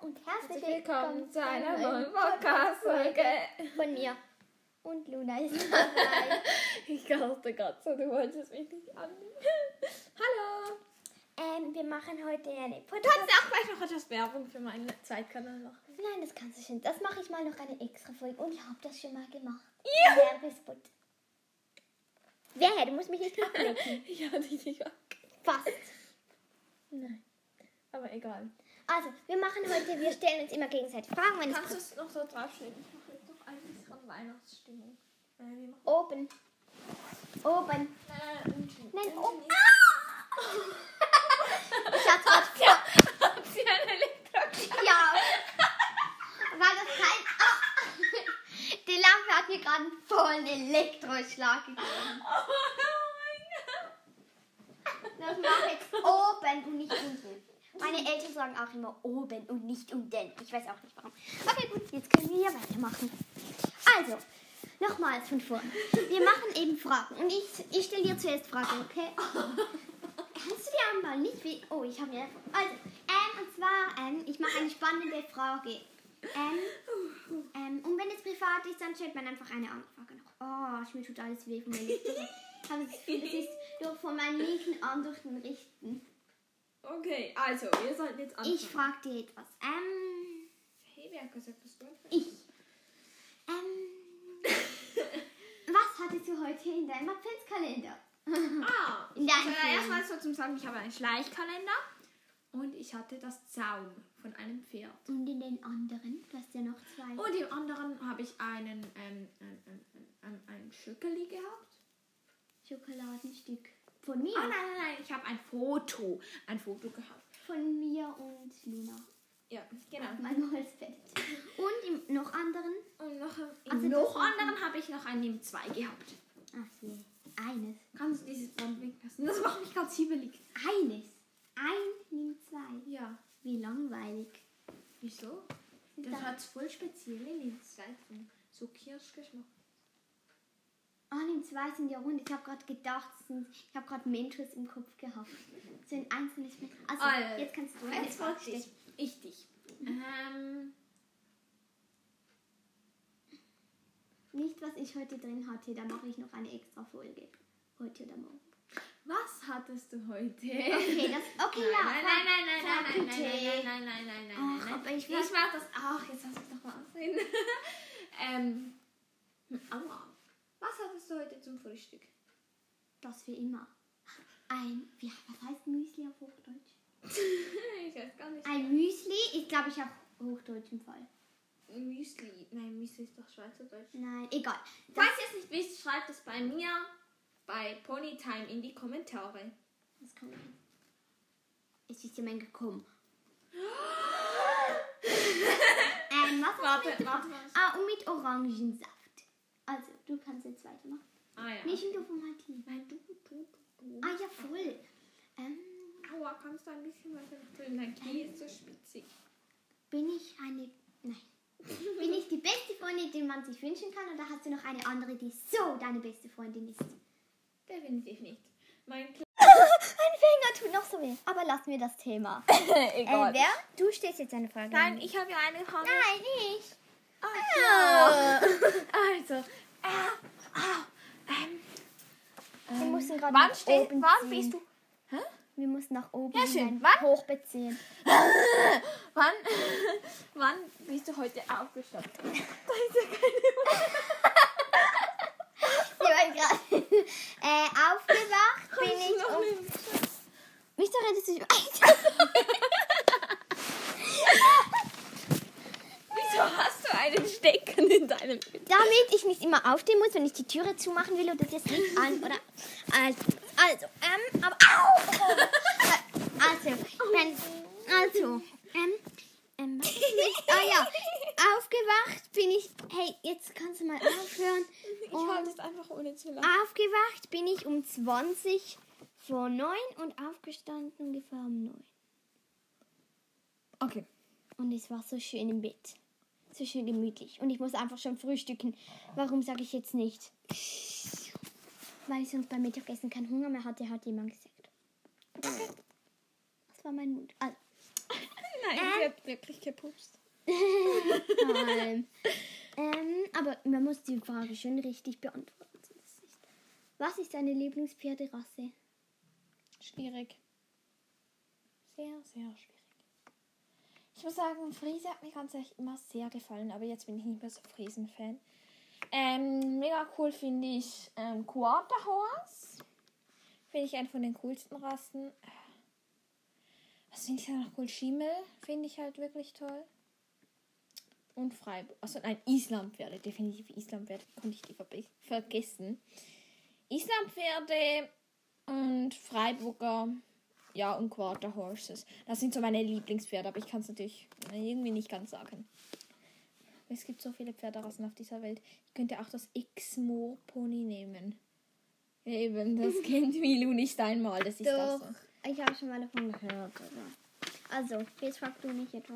und herzlich willkommen zu einer neuen Podcast-Folge von mir. Und Luna ist dabei. Ich dachte gerade so, du wolltest mich nicht annehmen. Hallo. Wir machen heute eine Du kannst auch gleich noch etwas Werbung für meinen Zweitkanal machen. Nein, das kannst du schon. Das mache ich mal noch eine extra Folge. Und ich habe das schon mal gemacht. Ja. Werbespot. Wer? Du musst mich nicht ablenken. Ich habe dich nicht Fast. Nein. Aber egal. Also, wir stellen uns immer gegenseitig Fragen. Wenn Kannst du es noch so draufstellen? Ich mache jetzt noch ein bisschen Weihnachtsstimmung. Oben. Unten. Nein, oben. Ich hatte gerade hat sie einen Elektroschlag. Ja. War das kein... Die Lampe hat mir gerade einen vollen Elektroschlag gegeben. Oh mein Gott. Das mache ich jetzt oben und nicht unten. Meine Eltern sagen auch immer oben und nicht unten. Ich weiß auch nicht warum. Okay, gut, jetzt können wir hier weitermachen. Also, nochmals von vorne. Wir machen eben Fragen. Und ich stelle dir zuerst Fragen, okay? Kannst du dir einmal nicht wie... Oh, ich habe mir... Also, und zwar, ich mache eine spannende Frage. Und wenn es privat ist, dann stellt man einfach eine andere Frage noch. Oh, mir tut alles weh von meinem Elektriker. Ich habe das Gefühl, das ist durch von meinem linken Arm durch den rechten. Okay, also, wir sollten jetzt anfangen. Ich frage dir etwas. Hey, wer hat gesagt, dass du anfängst? Ich. Was hattest du heute in deinem Adventskalender? In deinem Film. Erstmal so zum Sagen, ich habe einen Schleichkalender und ich hatte das Zaum von einem Pferd. Und in den anderen? Du hast ja noch zwei. Und im anderen habe ich einen Schückeli gehabt. Schokoladenstück. Von mir? Oh nein, ich habe ein Foto gehabt. Von mir und Luna. Ja, genau. Auf meinem Holzbett. Und im noch anderen? Und Also noch anderen habe ich noch einen NIM 2 gehabt. Ach je, eines. Kannst du dieses Band weglassen? Das macht mich ganz hibbelig. Eines? Nimm zwei. Ja. Wie langweilig. Wieso? Das hat voll spezielle NIM 2 von so Kirschgeschmack. Nimm zwei sind ja rund. Ich habe gerade gedacht, ich habe gerade Mentos im Kopf gehabt. So ein einzelnes Mentos. Also, jetzt kannst du eine Frage stellen. Ich dich. Nicht, was ich heute drin hatte, da mache ich noch eine extra Folge. Heute oder morgen. Was hattest du heute? Okay, Nein. Ach, aber ich mach das auch. Jetzt lass mich doch mal aussehen. Aua. Was hattest du heute zum Frühstück? Das wie immer. Was heißt Müsli auf Hochdeutsch? Ich weiß gar nicht. Ein Müsli ist, glaube ich, auch Hochdeutsch im Fall. Müsli. Nein, Müsli ist doch Schweizerdeutsch. Nein, egal. Falls ihr es nicht wisst, schreibt es bei mir bei Ponytime in die Kommentare. Was kommt denn? Es ist jemand gekommen. Warte. Und mit Orangensaft. Also, du kannst jetzt weitermachen. Ja. Nicht du von meinem Team. Nein, du. Ja, voll. Aua, kannst du ein bisschen weiter drehen? Dein Knie ist so spitzig. Bin ich die beste Freundin, die man sich wünschen kann, oder hast du noch eine andere, die so deine beste Freundin ist? Definitiv nicht. Mein Mein Finger tut noch so weh. Aber lassen wir das Thema. Egal. Du stellst jetzt eine Frage. Nein, ich habe ja eine Frage. Nein, ich. Also, Wir mussten gerade wann nach oben wann ziehen. bist du? Hä? Wir mussten nach oben Ja, schön. in Wann? ein Hochbett ziehen. Wann bist du heute aufgestanden? Da ist ja keine Aufgewacht bin ich um... Wieso redest du Wieso hast du einen Stecken in deinem... Damit ich nicht immer aufstehen muss, wenn ich die Türe zumachen will oder das Licht an oder... Aufgewacht bin ich... Hey, jetzt kannst du mal aufhören. Ich halte es einfach ohne zu lachen. Aufgewacht bin ich um 20 vor 9 und aufgestanden ungefähr um 9. Okay. Und es war so schön im Bett. So schön gemütlich. Und ich muss einfach schon frühstücken. Warum sage ich jetzt nicht? Weil ich sonst beim Mittagessen keinen Hunger mehr hatte, hat jemand gesagt. Okay. Das war mein Mut. Also. Nein, hat wirklich gepupst. Nein. Aber man muss die Frage schon richtig beantworten. Was ist deine Lieblingspferderasse? Schwierig. Sehr, sehr schwierig. Ich muss sagen, Friese hat mir ganz ehrlich immer sehr gefallen, aber jetzt bin ich nicht mehr so Friesen-Fan. Mega cool finde ich Quarter Horse. Finde ich einen von den coolsten Rassen. Was finde ich da noch cool? Schimmel finde ich halt wirklich toll. Und Freiburg. Achso, nein, Islampferde. Definitiv Islampferde. Konnte ich die vergessen. Islampferde und Freiburger. Ja, und Quarter Horses. Das sind so meine Lieblingspferde, aber ich kann es natürlich irgendwie nicht ganz sagen. Es gibt so viele Pferderassen auf dieser Welt. Ich könnte auch das Exmoor Pony nehmen. Eben, das kennt Milu nicht einmal. Das ist Doch, das. ich habe schon mal davon gehört. Also, jetzt fragst du mich etwas.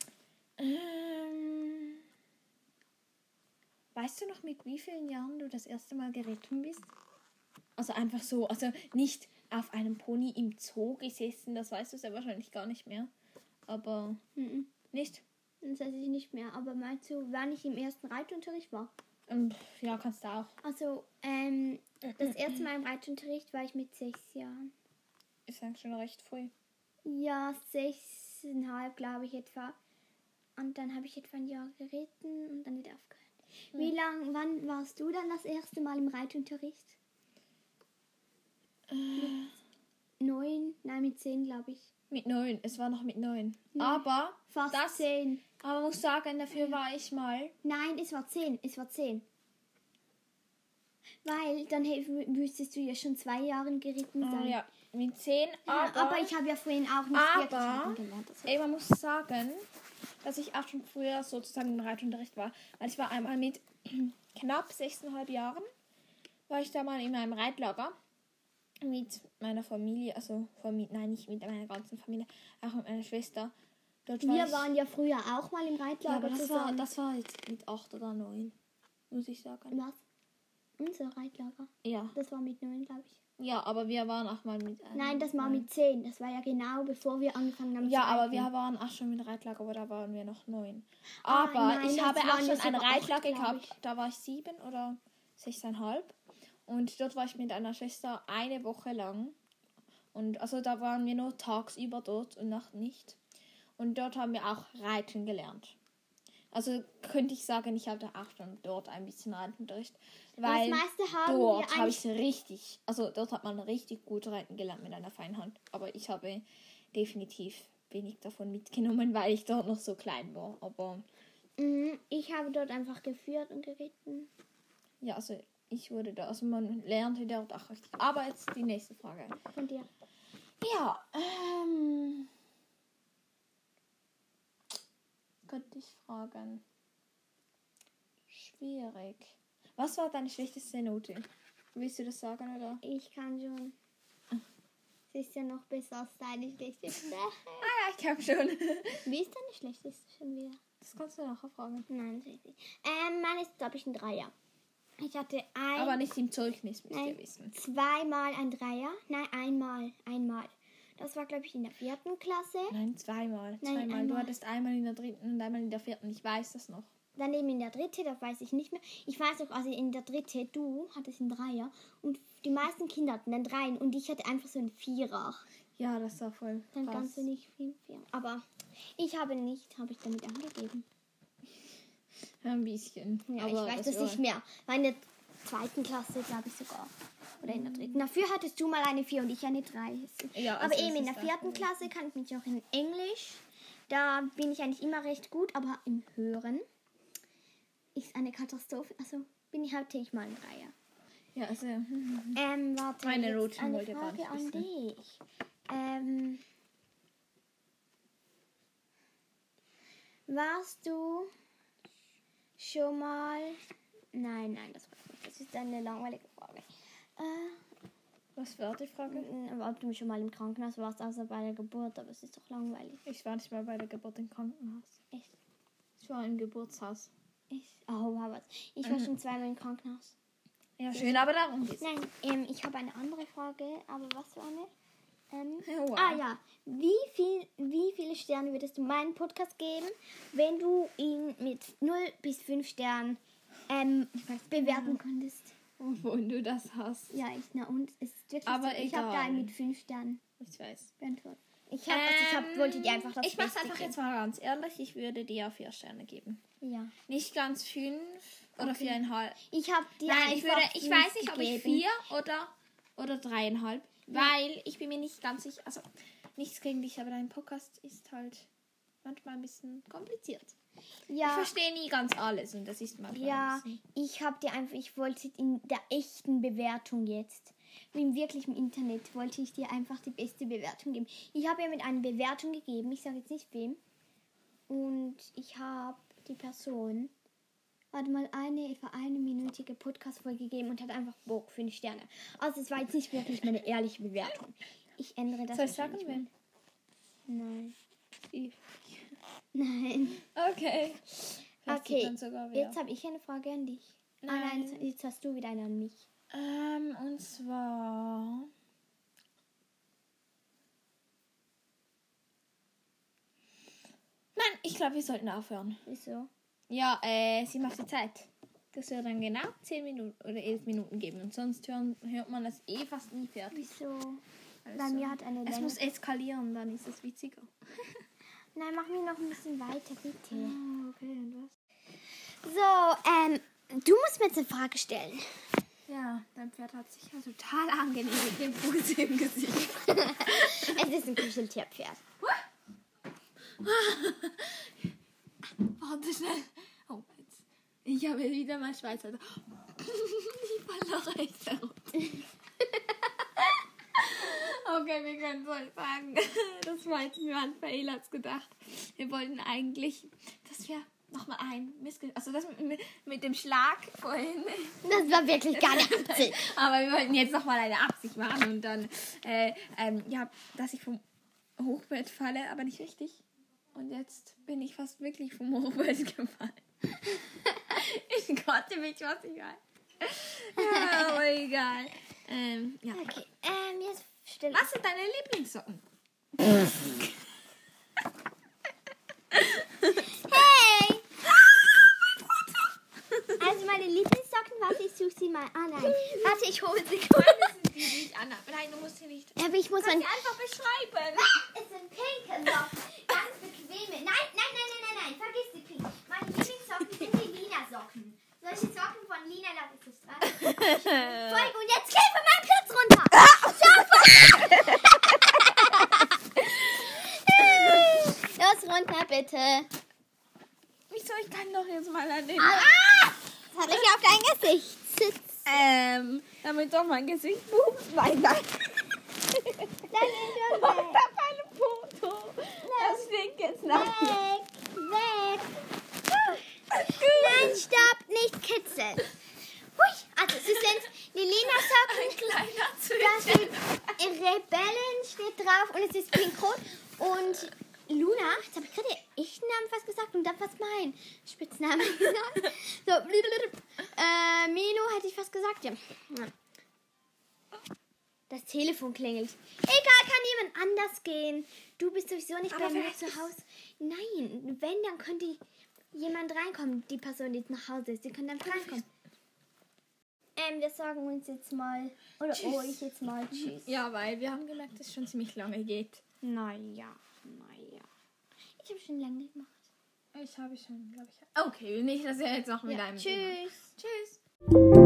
Weißt du noch, mit wie vielen Jahren du das erste Mal geritten bist? Also einfach so, also nicht auf einem Pony im Zoo gesessen, das weißt du sehr wahrscheinlich gar nicht mehr. Aber nicht? Das weiß ich nicht mehr. Aber meinst du, wann ich im ersten Reitunterricht war? Ja, kannst du auch. Also, das erste Mal im Reitunterricht war ich mit 6 Jahren. Ist eigentlich schon recht früh. Ja, 6,5 glaube ich etwa. Und dann habe ich etwa ein Jahr geritten und dann wieder aufgehört. Wann warst du dann das erste Mal im Reitunterricht? Mit 9? Nein, mit 10 glaube ich. Mit 9, es war noch mit 9. Ja. Aber Fast 10. Aber muss sagen, dafür war ich mal. Nein, es war 10. Weil dann müsstest du ja schon 2 Jahre geritten sein. Ja, mit 10. Aber ich habe ja vorhin auch nicht wirklich reiten gelernt. Man muss sagen, dass ich auch schon früher sozusagen im Reitunterricht war. Weil ich war einmal mit knapp 6,5 Jahren, war ich da mal in einem Reitlager mit meiner Familie, nein, nicht mit meiner ganzen Familie, auch mit meiner Schwester. Wir waren ja früher auch mal im Reitlager zusammen. Das war jetzt mit 8 oder 9, muss ich sagen. Was? Unser Reitlager? Ja. Das war mit 9, glaube ich. Ja, aber wir waren auch mal mit... Nein, das war mit 10. Das war ja genau, bevor wir angefangen haben ja, zu reiten. aber wir waren auch schon mit Reitlager, aber da waren wir noch 9. Aber ich habe auch schon ein Reitlager gehabt. Da war ich 7 oder 6,5. Und dort war ich mit einer Schwester eine Woche lang. Und also da waren wir nur tagsüber dort und Nacht nicht. Und dort haben wir auch reiten gelernt. Also könnte ich sagen, ich hatte auch schon dort ein bisschen Reitunterricht. Weil das meiste haben dort habe ich richtig, also dort hat man richtig gut reiten gelernt mit einer Feinhand. Aber ich habe definitiv wenig davon mitgenommen, weil ich dort noch so klein war. Aber ich habe dort einfach geführt und geritten. Ja, also ich wurde da, also man lernte dort auch richtig. Aber jetzt die nächste Frage. Von dir. Ja, könnte ich fragen. Schwierig. Was war deine schlechteste Note? Willst du das sagen, oder? Ich kann schon. Es ist ja noch besser als deine schlechteste. Ja, ich glaube schon. Wie ist deine schlechteste schon wieder? Das kannst du nachher fragen. Nein, das ist nicht. Meine ist, glaube ich, ein Dreier. Ich hatte aber nicht im Zeugnis, müsst ihr wissen. 2-mal ein Dreier. Nein, einmal. Das war, glaube ich, in der 4. Klasse. Nein, zweimal. Einmal. Du hattest einmal in der 3. und einmal in der 4. Ich weiß das noch. Dann eben in der 3., das weiß ich nicht mehr. Ich weiß auch, also in der 3., du hattest einen Dreier und die meisten Kinder hatten dann 3 und ich hatte einfach so einen 4er. Ja, das war voll krass. Dann kannst du nicht viel 4. Aber ich habe damit angegeben. Ein bisschen. Ja, aber ich weiß das nicht mehr. War in der 2. Klasse, glaube ich sogar. Oder in der 3. Dafür hattest du mal eine 4 und ich eine 3. Ja, aber eben in der 4. Klasse kann ich mich auch in Englisch. Da bin ich eigentlich immer recht gut, aber im Hören ist eine Katastrophe. Also hatte ich mal einen Dreier. Ja, also... Warte, meine Noten eine wollte gar Frage nicht an wissen. dich. Warst du schon mal... Nein, das war nicht. Das ist eine langweilige Frage. Was war die Frage? Ob du schon mal im Krankenhaus warst, außer bei der Geburt, aber es ist doch langweilig. Ich war nicht mal bei der Geburt im Krankenhaus. Echt? Ich war im Geburtshaus. Was? Ich war schon 2-mal im Krankenhaus. Ja, schön, aber darum geht's. Nein, ich habe eine andere Frage, aber was für eine? Wow. Ah ja, wie viele Sterne würdest du meinen Podcast geben, wenn du ihn mit 0 bis 5 Sternen bewerten könntest? Wovon du das hast. Ja, und es ist wirklich Aber so, ich habe da einen mit 5 Sternen Ich weiß. beantwortet. Wollte dir einfach das Ich mach's Beste einfach geben. jetzt mal ganz ehrlich. Ich würde dir 4 Sterne geben. Ja. Nicht ganz 5 oder 4,5. Ich habe dir Nein, einfach ich weiß nicht, ob ich gegeben. 4 oder 3,5. Weil ich bin mir nicht ganz sicher. Also, nichts gegen dich, aber dein Podcast ist halt manchmal ein bisschen kompliziert. Ich Ja, verstehe nie ganz alles und das ist manchmal ja, ein bisschen... ich wollte in der echten Bewertung jetzt, im wirklichen Internet, wollte ich dir einfach die beste Bewertung geben. Ich habe ja mit einer Bewertung gegeben, ich sage jetzt nicht wem, und ich habe die Person, eine etwa 1-minütige Podcast-Folge gegeben und hat einfach 5 Sterne. Also es war jetzt nicht wirklich meine ehrliche Bewertung. Ich ändere das. Soll ich sagen, wahrscheinlich wen? mal. Nein. Ich. Nein. Okay. Vielleicht Okay, sieht man sogar wer. jetzt habe ich eine Frage an dich. Nein, jetzt hast du wieder eine an mich. Und zwar... Nein, ich glaube, wir sollten aufhören. Wieso? Ja, sie macht die Zeit. Das wird dann genau 10 Minuten oder 11 Minuten geben. Und sonst hört man das fast nie fertig. Wieso? Also, Bei mir hat eine es Länge. muss eskalieren, dann ist es witziger. Nein, mach mir noch ein bisschen weiter, bitte. Okay, und was? So, du musst mir jetzt eine Frage stellen. Ja, dein Pferd hat sich ja total angenehm mit dem Fuß im Gesicht. Es ist ein Kuscheltierpferd. Warte schnell. Oh, jetzt. Ich habe wieder mal Schweizer. Ich falle recht herunter. Okay, wir können es euch sagen. Das war jetzt mir an Fail hat's gedacht. Wir wollten eigentlich, dass wir nochmal also das mit dem Schlag vorhin. Das war wirklich gar nicht Absicht. Aber wir wollten jetzt nochmal eine Absicht machen und dann, dass ich vom Hochbett falle, aber nicht richtig. Und jetzt bin ich fast wirklich vom Hochbett gefallen. Ich konnte mich was egal. Ja, aber egal. Ja. Okay, jetzt stell Was sind deine Lieblingssocken? Hey! Also meine Lieblingssocken, warte, ich suche sie mal. Ah nein, warte, ich hole sie. Die nicht an. Nein, du musst sie nicht. Aber ich muss Kannst mein... sie einfach beschreiben. Es sind pinke Socken. Ganz bequeme. Nein. Vergiss die pink. Meine Lieblingssocken sind die Lina-Socken. Solche Socken von Lina Lavistra. Folge und jetzt klebe mein Platz runter. Los, runter, bitte. Wieso? Ich kann doch jetzt mal an den... Das hat dich auf dein Gesicht sitzt. Damit doch mein Gesicht bucht. Nein. Dann Ich hab ein Foto. Das stinkt jetzt nach mir. Weg. Nein, stopp, nicht kitzeln. Hui, also sie sind die Lina-Socken. Ein kleiner Da Zwischen. steht Rebellen steht drauf und es ist pink-rot. Und Luna, jetzt habe ich gerade den echten Namen fast gesagt und dann fast meinen Spitznamen gesagt. So, Milo hätte ich fast gesagt, ja. Das Telefon klingelt. Egal, kann jemand anders gehen. Du bist sowieso nicht bei mir vielleicht zu Hause. Nein, wenn, dann könnte jemand reinkommen. Die Person, die jetzt nach Hause ist, die können dann reinkommen. Wir sagen uns jetzt mal, oder Tschüss. euch jetzt mal Tschüss. Ja, weil wir haben gemerkt, dass es schon ziemlich lange geht. Naja. Ich habe schon lange gemacht. Ich habe schon, glaube ich. Okay, nicht, dass er jetzt noch mit einem... Tschüss. Tschüss.